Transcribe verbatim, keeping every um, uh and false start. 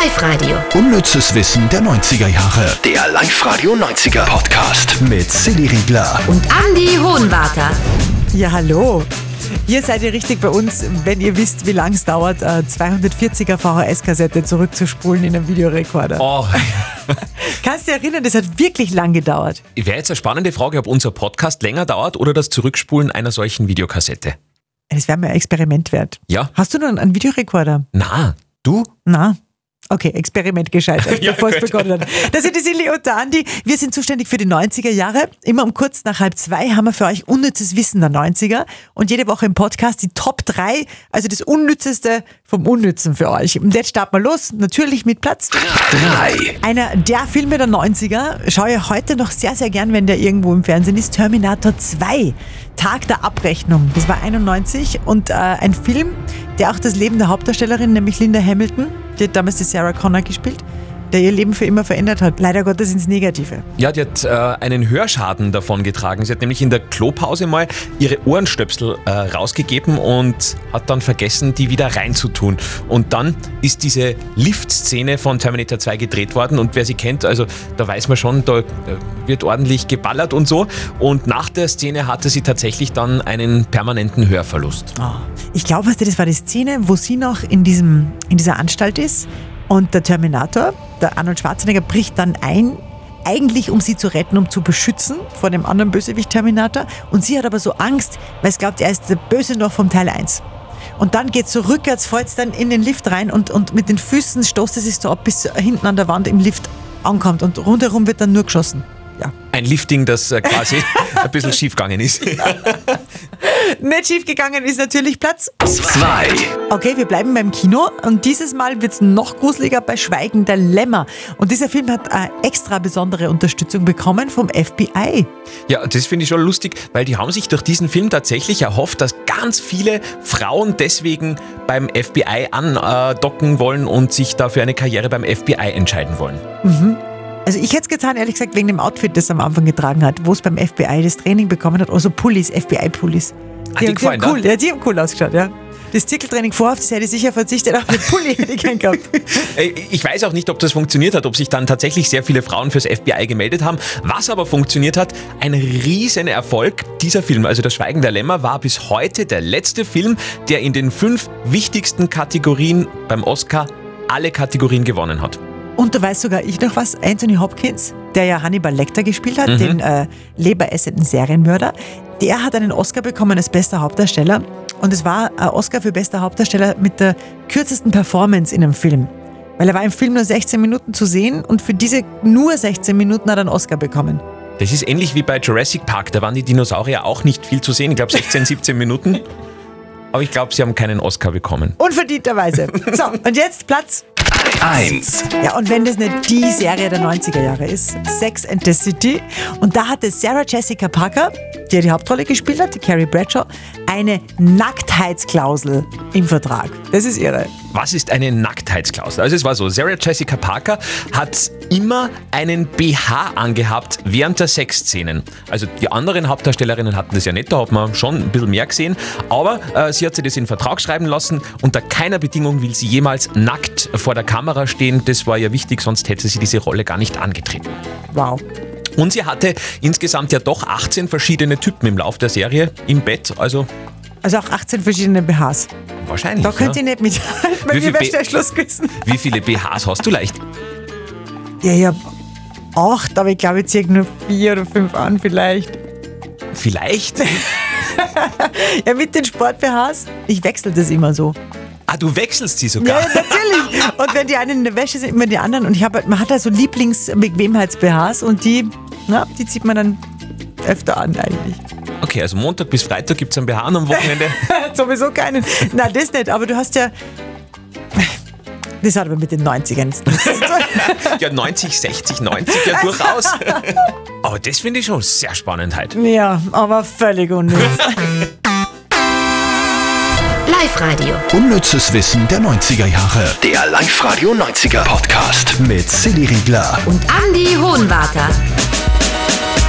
Live-Radio. Unnützes Wissen der neunziger Jahre. Der Live-Radio neunziger Podcast mit Silly Riegler Und Andi Hohenwarter. Ja, hallo. Hier seid ihr richtig bei uns, wenn ihr wisst, wie lange es dauert, eine zweihundertvierziger V H S-Kassette zurückzuspulen in einem Videorekorder. Oh. Kannst du dich erinnern, das hat wirklich lang gedauert. Wäre jetzt eine spannende Frage, ob unser Podcast länger dauert oder das Zurückspulen einer solchen Videokassette. Das wäre mir ein Experiment wert. Ja. Hast du noch einen Videorekorder? Na, du? Na. Okay, Experiment gescheitert, Ja, bevor es gut. begonnen hat. Das sind die Silly und der Andi. Wir sind zuständig für die neunziger Jahre. Immer um kurz nach halb zwei haben wir für euch unnützes Wissen der neunziger. Und jede Woche im Podcast die Top drei, also das Unnützeste vom Unnützen für euch. Und jetzt starten wir los, natürlich mit Platz drei. Einer der Filme der neunziger, schaue ich heute noch sehr, sehr gern, wenn der irgendwo im Fernsehen ist, Terminator zwei, Tag der Abrechnung. Das war einundneunzig und äh, ein Film, der auch das Leben der Hauptdarstellerin, nämlich Linda Hamilton, die hat damals die Sarah Connor gespielt, der ihr Leben für immer verändert hat. Leider Gottes ins Negative. Ja, die hat äh, einen Hörschaden davon getragen. Sie hat nämlich in der Klopause mal ihre Ohrenstöpsel äh, rausgegeben und hat dann vergessen, die wieder reinzutun. Und dann ist diese Lift-Szene von Terminator zwei gedreht worden und wer sie kennt, also da weiß man schon, da äh, wird ordentlich geballert und so. Und nach der Szene hatte sie tatsächlich dann einen permanenten Hörverlust. Oh. Ich glaube, weißt du, das war die Szene, wo sie noch in, diesem, in dieser Anstalt ist und der Terminator, der Arnold Schwarzenegger, bricht dann ein, eigentlich um sie zu retten, um zu beschützen vor dem anderen Bösewicht Terminator. Und sie hat aber so Angst, weil sie glaubt, er ist der Böse noch vom Teil eins. Und dann geht sie so rückwärts, fällt dann in den Lift rein und, und mit den Füßen stoßt es sich so ab, bis hinten an der Wand im Lift ankommt. Und rundherum wird dann nur geschossen. Ja. Ein Lifting, das äh, quasi ein bisschen schief gegangen ist. Nicht schief gegangen ist natürlich Platz. zwei. Okay, wir bleiben beim Kino und dieses Mal wird es noch gruseliger bei Schweigen der Lämmer. Und dieser Film hat eine extra besondere Unterstützung bekommen vom F B I. Ja, das finde ich schon lustig, weil die haben sich durch diesen Film tatsächlich erhofft, dass ganz viele Frauen deswegen beim F B I andocken wollen und sich dafür eine Karriere beim F B I entscheiden wollen. Also ich hätte es getan, ehrlich gesagt, wegen dem Outfit, das er am Anfang getragen hat, wo es beim F B I das Training bekommen hat, also Pullis, F B I-Pullis. Hat dir gefallen, die haben cool, ne? ja, die haben cool ausgeschaut, ja. Das Zirkeltraining vorher, auf das hätte ich sicher verzichtet, aber den Pulli hätte ich gern gehabt. Ich weiß auch nicht, ob das funktioniert hat, ob sich dann tatsächlich sehr viele Frauen fürs F B I gemeldet haben. Was aber funktioniert hat, ein riesen Erfolg dieser Film, also Das Schweigen der Lämmer, war bis heute der letzte Film, der in den fünf wichtigsten Kategorien beim Oscar alle Kategorien gewonnen hat. Und da weiß sogar ich noch was, Anthony Hopkins, der ja Hannibal Lecter gespielt hat, mhm. den äh, leberessenden Serienmörder, der hat einen Oscar bekommen als bester Hauptdarsteller und es war ein Oscar für bester Hauptdarsteller mit der kürzesten Performance in einem Film. Weil er war im Film nur sechzehn Minuten zu sehen und für diese nur sechzehn Minuten hat er einen Oscar bekommen. Das ist ähnlich wie bei Jurassic Park, da waren die Dinosaurier auch nicht viel zu sehen, ich glaube sechzehn, siebzehn Minuten. Aber ich glaube, sie haben keinen Oscar bekommen. Unverdienterweise. So, und jetzt Platz eins. Ja, und wenn das nicht die Serie der neunziger Jahre ist, Sex and the City. Und da hatte Sarah Jessica Parker, die die Hauptrolle gespielt hat, die Carrie Bradshaw, eine Nacktheitsklausel im Vertrag. Das ist irre. Was ist eine Nacktheitsklausel? Also es war so, Sarah Jessica Parker hat immer einen B H angehabt während der Sexszenen. Also die anderen Hauptdarstellerinnen hatten das ja nicht, da hat man schon ein bisschen mehr gesehen. Aber äh, sie hat sich das in den Vertrag schreiben lassen. Unter keiner Bedingung will sie jemals nackt vor der Kamera stehen. Das war ja wichtig, sonst hätte sie diese Rolle gar nicht angetreten. Wow. Und sie hatte insgesamt ja doch achtzehn verschiedene Typen im Lauf der Serie im Bett. Also Also auch achtzehn verschiedene B Hs. wahrscheinlich. Da könnt ja. ihr nicht mithalten, bei Wie mir viel wäre B- schnell Schluss gewesen. Wie viele B Hs hast du leicht? Ja, ich hab acht, aber ich glaube, ich ziehe nur vier oder fünf an vielleicht. Vielleicht? Ja, mit den Sport-B Hs, ich wechsle das immer so. Ah, du wechselst sie sogar. Ja, natürlich. Und wenn die einen in der Wäsche sind, immer die anderen. Und ich hab, man hat da so Lieblings-Bequemheits-B Hs und die, na, die zieht man dann öfter an eigentlich. Okay, also Montag bis Freitag gibt es einen B H und am Wochenende. Sowieso keinen. Nein, das nicht. Aber du hast ja... Das hat aber mit den neunzigern nichts zu tun. Ja, neunzig, sechzig, neunzig, ja durchaus. Aber das finde ich schon sehr spannend halt. Ja, aber völlig unnütz. Live-Radio. Unnützes Wissen der neunziger Jahre. Der Live-Radio neunziger Podcast mit Silly Riegler Und Andi Hohenwarter.